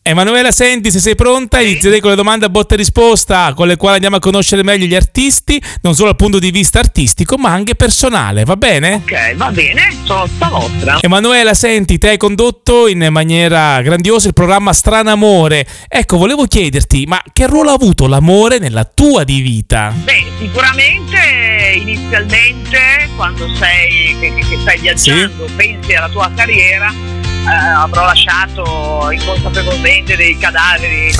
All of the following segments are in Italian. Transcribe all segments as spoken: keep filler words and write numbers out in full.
Emanuela, senti, se sei pronta, inizierei con le domande a botta e risposta, con le quali andiamo a conoscere meglio gli artisti, non solo dal punto di vista artistico, ma anche personale, va bene? Ok, va bene, sono tutta vostra. Emanuela, senti, te hai condotto in maniera grandiosa il programma Stranamore. Ecco, volevo chiederti, ma che ruolo ha avuto l'amore nella tua di vita? Beh, sicuramente inizialmente quando sei che, che stai viaggiando, sì, pensi alla tua carriera, eh, avrò lasciato inconsapevolmente dei cadaveri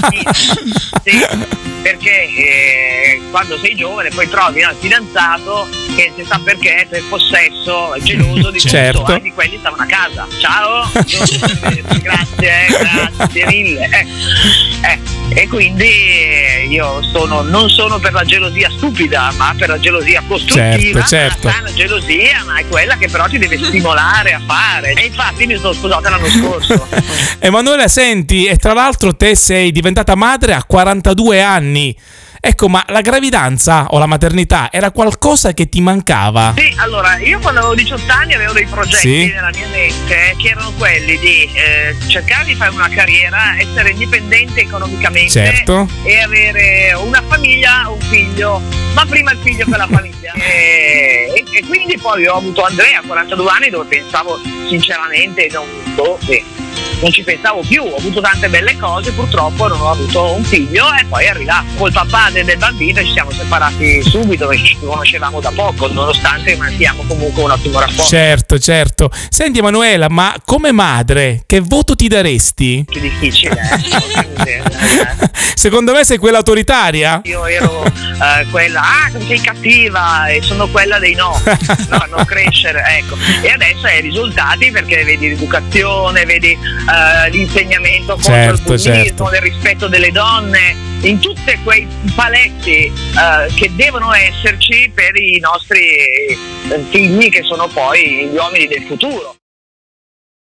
sì, perché eh, quando sei giovane poi trovi un fidanzato che si sa perché per possesso è geloso di certo. tutto, eh, di quelli stavano a casa. Ciao, grazie, eh, grazie mille. Eh, eh, e quindi io sono, non sono per la gelosia stupida, ma per la gelosia costruttiva. Certo, certo. La sana gelosia, ma è quella che però ti deve stimolare a fare. E infatti mi sono sposata l'anno scorso. Emanuela, senti, e tra l'altro te sei diventata madre a quarantadue anni. Ecco, ma la gravidanza o la maternità era qualcosa che ti mancava? Sì, allora, io quando avevo diciotto anni avevo dei progetti sì. nella mia mente che erano quelli di eh, cercare di fare una carriera, essere indipendente economicamente, certo, e avere una famiglia, un figlio, ma prima il figlio che la famiglia. e, e, e quindi poi ho avuto Andrea a quarantadue anni, dove pensavo sinceramente non, boh, sì, non ci pensavo più. Ho avuto tante belle cose, purtroppo non ho avuto un figlio, e poi è arrivato col papà del, del bambino e ci siamo separati subito perché ci conoscevamo da poco, nonostante mantiamo comunque un ottimo rapporto. Certo, certo. Senti Emanuela, ma come madre che voto ti daresti? Più difficile, eh? Secondo me sei quella autoritaria? Io ero uh, quella, ah, sei cattiva, e sono quella dei no, no, non crescere, ecco. E adesso hai i risultati, perché vedi l'educazione, vedi uh, l'insegnamento contro certo, il bullismo, certo. del rispetto delle donne, in tutti quei paletti uh, che devono esserci per i nostri figli, che sono poi gli uomini del futuro.